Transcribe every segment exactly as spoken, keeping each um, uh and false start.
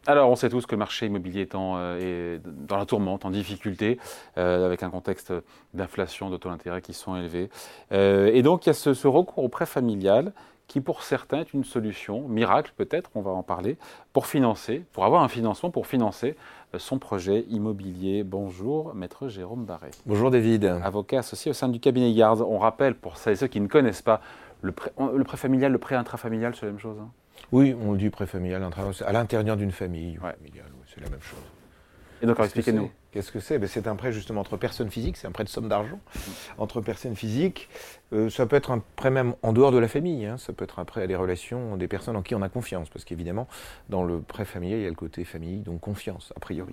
Alors, on sait tous que le marché immobilier est, en, euh, est dans la tourmente, en difficulté, euh, avec un contexte d'inflation, de taux d'intérêt qui sont élevés. Euh, et donc, il y a ce, ce recours au prêt familial qui, pour certains, est une solution, miracle peut-être, on va en parler, pour financer, pour avoir un financement pour financer euh, son projet immobilier. Bonjour, maître Jérôme Barret. Bonjour David. Avocat associé au sein du cabinet Yards. On rappelle, pour celles et ceux qui ne connaissent pas, le prêt, le prêt familial, le prêt intrafamilial, c'est la même chose, hein? Oui, on dit prêt familial, à l'intérieur d'une famille, ouais. familiale, oui, c'est la même chose. Et donc, expliquez-nous. Qu'est-ce que c'est? Ben, c'est un prêt justement entre personnes physiques, c'est un prêt de somme d'argent entre personnes physiques. Euh, ça peut être un prêt même en dehors de la famille, hein. Ça peut être un prêt à des relations, des personnes en qui on a confiance, parce qu'évidemment, dans le prêt familial, il y a le côté famille, donc confiance, a priori.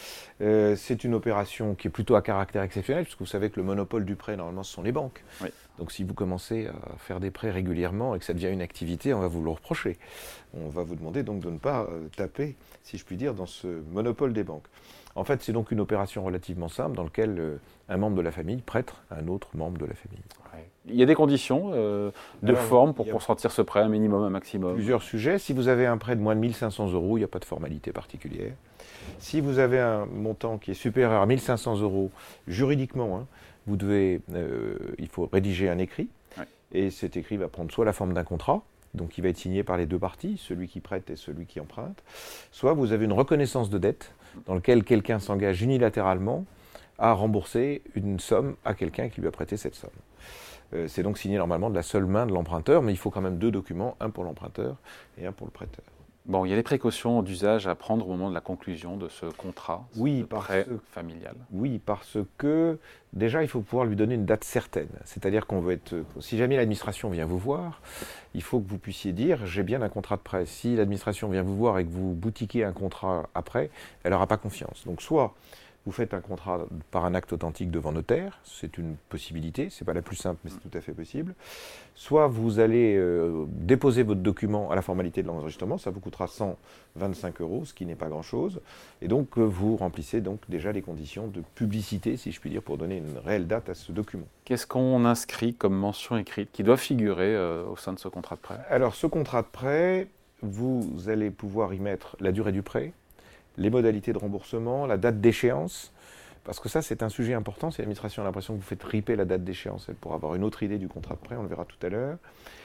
Euh, c'est une opération qui est plutôt à caractère exceptionnel, puisque vous savez que le monopole du prêt, normalement, ce sont les banques. Oui. Donc si vous commencez à faire des prêts régulièrement et que ça devient une activité, on va vous le reprocher. On va vous demander donc de ne pas euh, taper, si je puis dire, dans ce monopole des banques. En fait, c'est donc une opération relativement simple dans laquelle euh, un membre de la famille prête à un autre membre de la famille. Ouais. Il y a des conditions euh, de Alors, forme pour consentir ce prêt, un minimum, un maximum. Plusieurs sujets. Si vous avez un prêt de moins de mille cinq cents euros, il n'y a pas de formalité particulière. Si vous avez un montant qui est supérieur à mille cinq cents euros, juridiquement, hein, vous devez, euh, il faut rédiger un écrit. Ouais. Et cet écrit va prendre soit la forme d'un contrat, donc il va être signé par les deux parties, celui qui prête et celui qui emprunte, soit vous avez une reconnaissance de dette dans laquelle quelqu'un s'engage unilatéralement à rembourser une somme à quelqu'un qui lui a prêté cette somme. Euh, c'est donc signé normalement de la seule main de l'emprunteur, mais il faut quand même deux documents, un pour l'emprunteur et un pour le prêteur. Bon, il y a des précautions d'usage à prendre au moment de la conclusion de ce contrat, oui, de prêt familial. Oui, parce que déjà, il faut pouvoir lui donner une date certaine. C'est-à-dire qu'on veut être... Si jamais l'administration vient vous voir, il faut que vous puissiez dire « j'ai bien un contrat de prêt ». Si l'administration vient vous voir et que vous boutiquez un contrat après, elle n'aura pas confiance. Donc soit vous faites un contrat par un acte authentique devant notaire, c'est une possibilité, c'est pas la plus simple, mais c'est tout à fait possible. Soit vous allez euh, déposer votre document à la formalité de l'enregistrement, ça vous coûtera cent vingt-cinq euros, ce qui n'est pas grand-chose. Et donc euh, vous remplissez donc déjà les conditions de publicité, si je puis dire, pour donner une réelle date à ce document. Qu'est-ce qu'on inscrit comme mention écrite qui doit figurer euh, au sein de ce contrat de prêt? Alors ce contrat de prêt, vous allez pouvoir y mettre la durée du prêt, les modalités de remboursement, la date d'échéance, parce que ça c'est un sujet important, si l'administration a l'impression que vous faites riper la date d'échéance, elle pourra avoir une autre idée du contrat de prêt, on le verra tout à l'heure.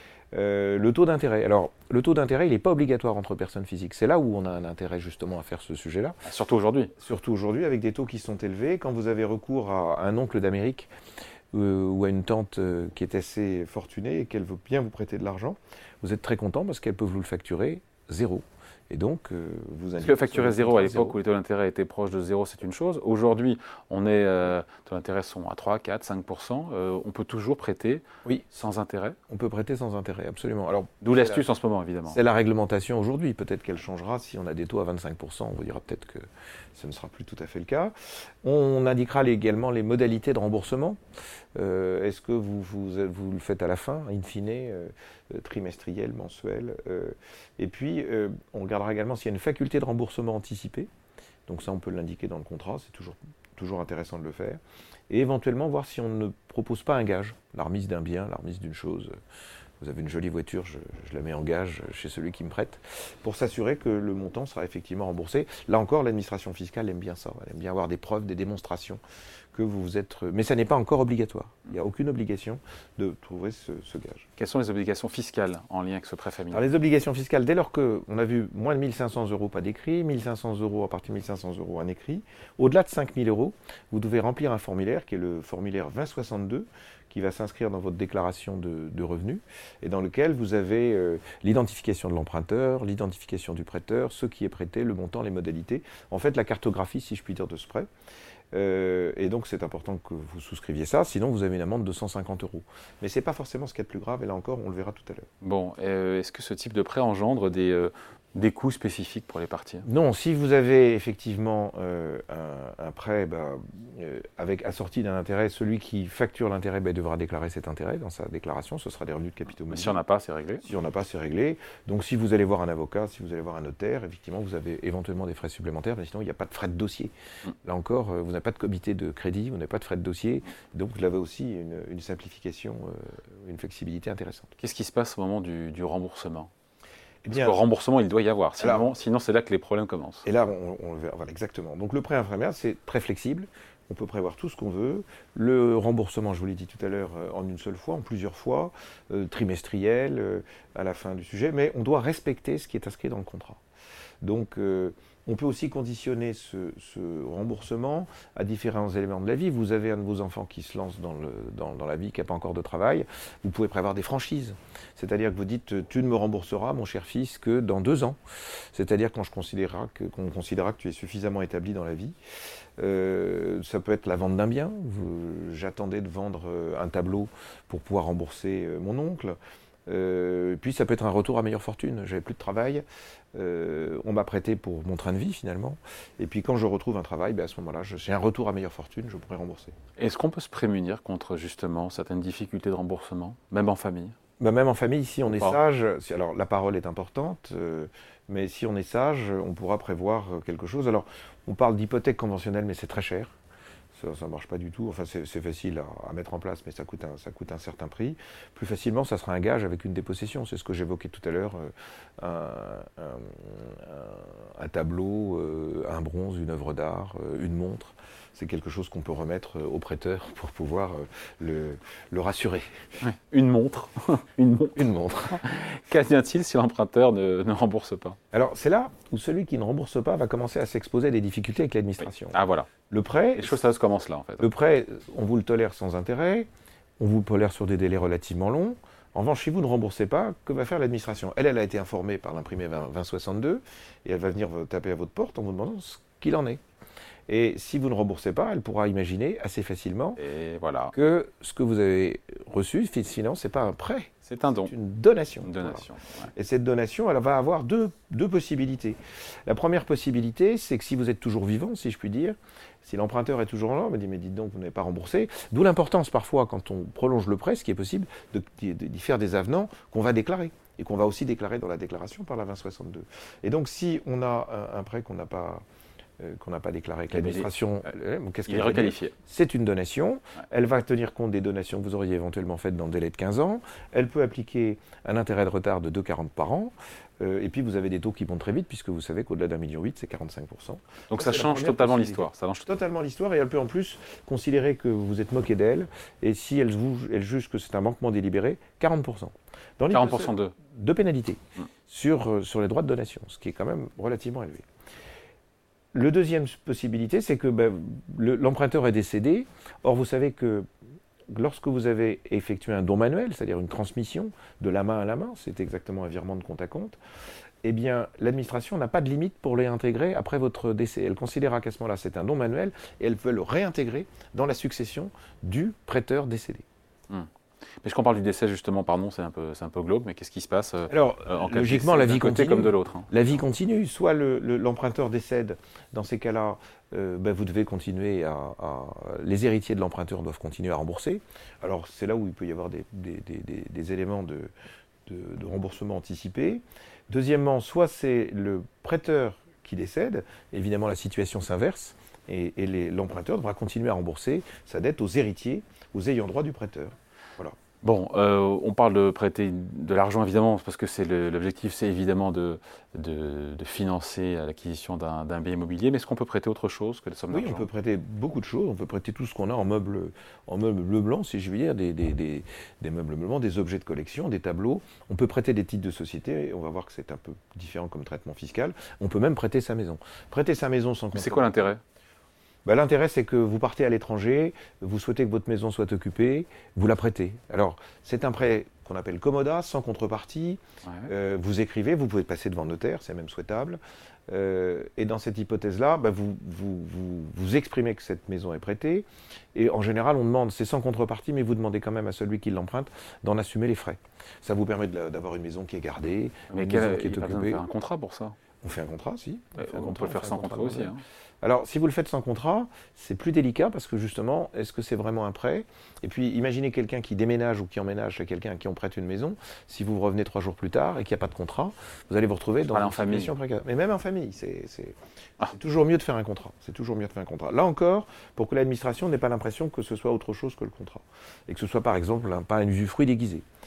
Euh, le taux d'intérêt. Alors, le taux d'intérêt, il n'est pas obligatoire entre personnes physiques. C'est là où on a un intérêt justement à faire ce sujet-là. Surtout aujourd'hui. Surtout aujourd'hui, avec des taux qui sont élevés. Quand vous avez recours à un oncle d'Amérique euh, ou à une tante euh, qui est assez fortunée et qu'elle veut bien vous prêter de l'argent, vous êtes très content parce qu'elle peut vous le facturer zéro. Et donc, euh, vous Parce que facturer zéro à l'époque où les taux d'intérêt étaient proches de zéro, c'est une chose. Aujourd'hui, on est, euh, les taux d'intérêt sont à trois, quatre, cinq pour cent. Euh, on peut toujours prêter oui. sans intérêt. On peut prêter sans intérêt, absolument. Alors, d'où l'astuce en ce moment, évidemment. C'est la réglementation aujourd'hui. Peut-être qu'elle changera si on a des taux à vingt-cinq pour cent. On vous dira peut-être que ce ne sera plus tout à fait le cas. On indiquera également les modalités de remboursement. Euh, est-ce que vous, vous, vous le faites à la fin, in fine, euh, trimestriel, mensuel euh, Et puis, euh, on regardera également s'il y a une faculté de remboursement anticipé. Donc ça, on peut l'indiquer dans le contrat. C'est toujours, toujours intéressant de le faire. Et éventuellement, voir si on ne propose pas un gage. La remise d'un bien, la remise d'une chose. Vous avez une jolie voiture, je, je la mets en gage chez celui qui me prête, pour s'assurer que le montant sera effectivement remboursé. Là encore, l'administration fiscale aime bien ça. Elle aime bien avoir des preuves, des démonstrations que vous vous êtes... Mais ça n'est pas encore obligatoire. Il n'y a aucune obligation de trouver ce, ce gage. Quelles sont les obligations fiscales en lien avec ce prêt familial? Alors, les obligations fiscales, dès lors qu'on a vu moins de mille cinq cents euros, pas d'écrit, mille cinq cents euros, à partir de mille cinq cents euros, un écrit, au-delà de cinq mille euros, vous devez remplir un formulaire qui est le formulaire vingt soixante-deux, qui va s'inscrire dans votre déclaration de, de revenus, et dans lequel vous avez euh, l'identification de l'emprunteur, l'identification du prêteur, ce qui est prêté, le montant, les modalités. En fait, la cartographie, si je puis dire, de ce prêt. Euh, et donc, c'est important que vous souscriviez ça, sinon vous avez une amende de cent cinquante euros. Mais ce n'est pas forcément ce qu'il y a de plus grave, et là encore, on le verra tout à l'heure. Bon, euh, est-ce que ce type de prêt engendre des, euh, des coûts spécifiques pour les parties? Non, si vous avez effectivement euh, un, un prêt bah, euh, avec assorti d'un intérêt, celui qui facture l'intérêt bah, devra déclarer cet intérêt dans sa déclaration, ce sera des revenus de capitaux mobiles. Si on n'a pas, c'est réglé. Si on n'a pas, c'est réglé. Donc si vous allez voir un avocat, si vous allez voir un notaire, effectivement, vous avez éventuellement des frais supplémentaires, mais sinon, il n'y a pas de frais de dossier. Mm. Là encore, vous n'avez pas de comité de crédit, vous n'avez pas de frais de dossier, donc vous avez aussi une, une simplification, euh, une flexibilité intéressante. Qu'est-ce qui se passe au moment du, du remboursement? Eh bien, parce que remboursement, il doit y avoir. Sinon, alors, sinon c'est là que les problèmes commencent. Et là, on, on le verra. Voilà, exactement. Donc le prêt infirmière, c'est très flexible. On peut prévoir tout ce qu'on veut. Le remboursement, je vous l'ai dit tout à l'heure, en une seule fois, en plusieurs fois, euh, trimestriel, euh, à la fin du sujet. Mais on doit respecter ce qui est inscrit dans le contrat. Donc, euh, on peut aussi conditionner ce, ce remboursement à différents éléments de la vie. Vous avez un de vos enfants qui se lance dans, le, dans, dans la vie, qui n'a pas encore de travail. Vous pouvez prévoir des franchises. C'est-à-dire que vous dites, tu ne me rembourseras, mon cher fils, que dans deux ans. C'est-à-dire quand je considérera que, qu'on considérera que tu es suffisamment établi dans la vie. Euh, ça peut être la vente d'un bien. Vous, j'attendais de vendre un tableau pour pouvoir rembourser mon oncle. Euh, puis ça peut être un retour à meilleure fortune. J'avais plus de travail, euh, on m'a prêté pour mon train de vie finalement. Et puis quand je retrouve un travail, ben à ce moment-là, je, j'ai un retour à meilleure fortune, je pourrais rembourser. Est-ce qu'on peut se prémunir contre justement certaines difficultés de remboursement, même en famille? Ben même en famille, si on est sage, alors la parole est importante, euh, mais si on est sage, on pourra prévoir quelque chose. Alors on parle d'hypothèque conventionnelle, mais c'est très cher. Ça ne marche pas du tout. Enfin, c'est, c'est facile à, à mettre en place, mais ça coûte, un, ça coûte un certain prix. Plus facilement, ça sera un gage avec une dépossession. C'est ce que j'évoquais tout à l'heure. Euh, un, un, un tableau, euh, un bronze, une œuvre d'art, euh, une montre. C'est quelque chose qu'on peut remettre au prêteur pour pouvoir euh, le, le rassurer. Ouais, une montre. une montre. Une montre. Qu'advient-il si l'emprunteur ne, ne rembourse pas? Alors, c'est là où celui qui ne rembourse pas va commencer à s'exposer à des difficultés avec l'administration. Oui. Ah, voilà. Le prêt, les choses, ça se commence là, en fait. Le prêt, on vous le tolère sans intérêt, on vous le tolère sur des délais relativement longs. En revanche, si vous ne remboursez pas, que va faire l'administration? Elle, elle a été informée par l'imprimé vingt soixante-deux et elle va venir taper à votre porte en vous demandant ce qu'il en est. Et si vous ne remboursez pas, elle pourra imaginer assez facilement et voilà. que ce que vous avez reçu, sinon, ce n'est pas un prêt. C'est un don. C'est une donation. Une donation. Voilà. Ouais. Et cette donation, elle va avoir deux, deux possibilités. La première possibilité, c'est que si vous êtes toujours vivant, si je puis dire, si l'emprunteur est toujours là, on me dit, mais dites donc, vous n'avez pas remboursé. D'où l'importance parfois, quand on prolonge le prêt, ce qui est possible, de, de, d'y faire des avenants qu'on va déclarer. Et qu'on va aussi déclarer dans la déclaration par la vingt soixante-deux. Et donc, si on a un, un prêt qu'on n'a pas... qu'on n'a pas déclaré avec l'administration, euh, qu'est-ce qu'il est requalifié. C'est une donation. Ouais. Elle va tenir compte des donations que vous auriez éventuellement faites dans le délai de quinze ans. Elle peut appliquer un intérêt de retard de deux virgule quarante par an. Euh, et puis vous avez des taux qui montent très vite, puisque vous savez qu'au-delà d'un million huit, c'est quarante-cinq pour cent. Donc ça, ça change totalement l'histoire. Ça change totalement l'histoire, et elle peut en plus considérer que vous êtes moqué d'elle. Et si elle, vous, elle juge que c'est un manquement délibéré, quarante pour cent. Dans quarante pour cent de de pénalité mmh. sur, euh, sur les droits de donation, ce qui est quand même relativement élevé. Le deuxième possibilité, c'est que ben, le, l'emprunteur est décédé. Or, vous savez que lorsque vous avez effectué un don manuel, c'est-à-dire une transmission de la main à la main, c'est exactement un virement de compte à compte, eh bien, l'administration n'a pas de limite pour les réintégrer après votre décès. Elle considérera qu'à ce moment-là, c'est un don manuel et elle peut le réintégrer dans la succession du prêteur décédé. Hum. Mais je qu'on parle du décès, justement, pardon, c'est un peu, c'est un peu glauque, mais qu'est-ce qui se passe euh, Alors, en logiquement, la vie continue. Comme de l'autre. Hein. La vie continue. Soit le, le, l'emprunteur décède, dans ces cas-là, euh, ben vous devez continuer à, à... Les héritiers de l'emprunteur doivent continuer à rembourser. Alors, c'est là où il peut y avoir des, des, des, des, des éléments de, de, de remboursement anticipé. Deuxièmement, soit c'est le prêteur qui décède, évidemment la situation s'inverse, et, et les, l'emprunteur devra continuer à rembourser sa dette aux héritiers, aux ayants droit du prêteur. Voilà. Bon, euh, on parle de prêter de l'argent, évidemment, parce que c'est le, l'objectif, c'est évidemment de, de, de financer l'acquisition d'un, d'un bien immobilier, mais est-ce qu'on peut prêter autre chose que des sommes d'argent? Oui, on peut prêter beaucoup de choses, on peut prêter tout ce qu'on a en meubles, en meubles blancs, si je veux dire, des, des, des, des meubles blancs, des objets de collection, des tableaux. On peut prêter des titres de société, on va voir que c'est un peu différent comme traitement fiscal. On peut même prêter sa maison. Prêter sa maison sans... Mais c'est quoi l'intérêt? Ben, l'intérêt, c'est que vous partez à l'étranger, vous souhaitez que votre maison soit occupée, vous la prêtez. Alors, c'est un prêt qu'on appelle commoda, sans contrepartie. Ouais. Euh, vous écrivez, vous pouvez passer devant notaire, c'est même souhaitable. Euh, et dans cette hypothèse-là, ben, vous, vous, vous, vous exprimez que cette maison est prêtée. Et en général, on demande, c'est sans contrepartie, mais vous demandez quand même à celui qui l'emprunte d'en assumer les frais. Ça vous permet de la, d'avoir une maison qui est gardée, mais une quelle, maison qui est il occupée. On peut faire un contrat pour ça. On fait un contrat, si. On, on, on contrat, peut le faire sans contrat, contrat aussi. Hein. Alors, si vous le faites sans contrat, c'est plus délicat parce que justement, est-ce que c'est vraiment un prêt? Et puis, imaginez quelqu'un qui déménage ou qui emménage chez quelqu'un à qui on prête une maison. Si vous revenez trois jours plus tard et qu'il n'y a pas de contrat, vous allez vous retrouver dans une situation précaire. Mais même en famille, c'est, c'est, ah. c'est toujours mieux de faire un contrat. C'est toujours mieux de faire un contrat. Là encore, pour que l'administration n'ait pas l'impression que ce soit autre chose que le contrat. Et que ce soit, par exemple, un, pas un usufruit déguisé.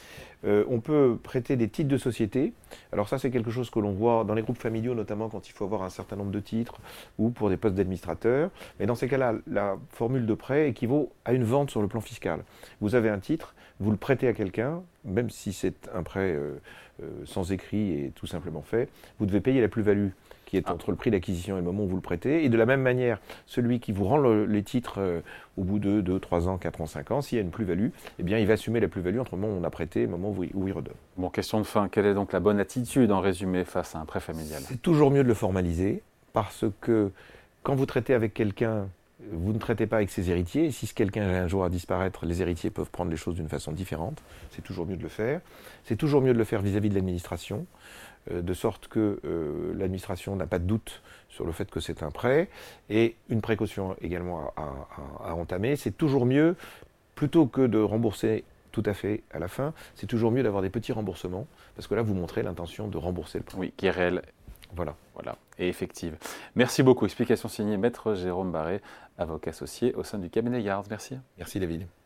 Euh, on peut prêter des titres de société. Alors ça, c'est quelque chose que l'on voit dans les groupes familiaux, notamment quand il faut avoir un certain nombre de titres ou pour des postes d'administrateur. Mais dans ces cas-là, la formule de prêt équivaut à une vente sur le plan fiscal. Vous avez un titre, vous le prêtez à quelqu'un, même si c'est un prêt euh, euh, sans écrit et tout simplement fait, vous devez payer la plus-value qui est entre le prix d'acquisition et le moment où vous le prêtez. Et de la même manière, celui qui vous rend le, les titres euh, au bout de deux, trois ans, quatre ans, cinq ans, s'il y a une plus-value, eh bien, il va assumer la plus-value entre le moment où on a prêté et le moment où il, où il redonne. Bon, question de fin. Quelle est donc la bonne attitude, en résumé, face à un prêt familial? C'est toujours mieux de le formaliser, parce que quand vous traitez avec quelqu'un, vous ne traitez pas avec ses héritiers. Et si ce quelqu'un vient un jour à disparaître, les héritiers peuvent prendre les choses d'une façon différente. C'est toujours mieux de le faire. C'est toujours mieux de le faire vis-à-vis de l'administration, euh, de sorte que euh, l'administration n'a pas de doute sur le fait que c'est un prêt. Et une précaution également à, à, à entamer, c'est toujours mieux, plutôt que de rembourser tout à fait à la fin, c'est toujours mieux d'avoir des petits remboursements, parce que là, vous montrez l'intention de rembourser le prêt. Oui, qui est réel. Voilà. Voilà, et effective. Merci beaucoup. Explication signée Maître Jérôme Barré, avocat associé au sein du cabinet Yards. Merci. Merci David.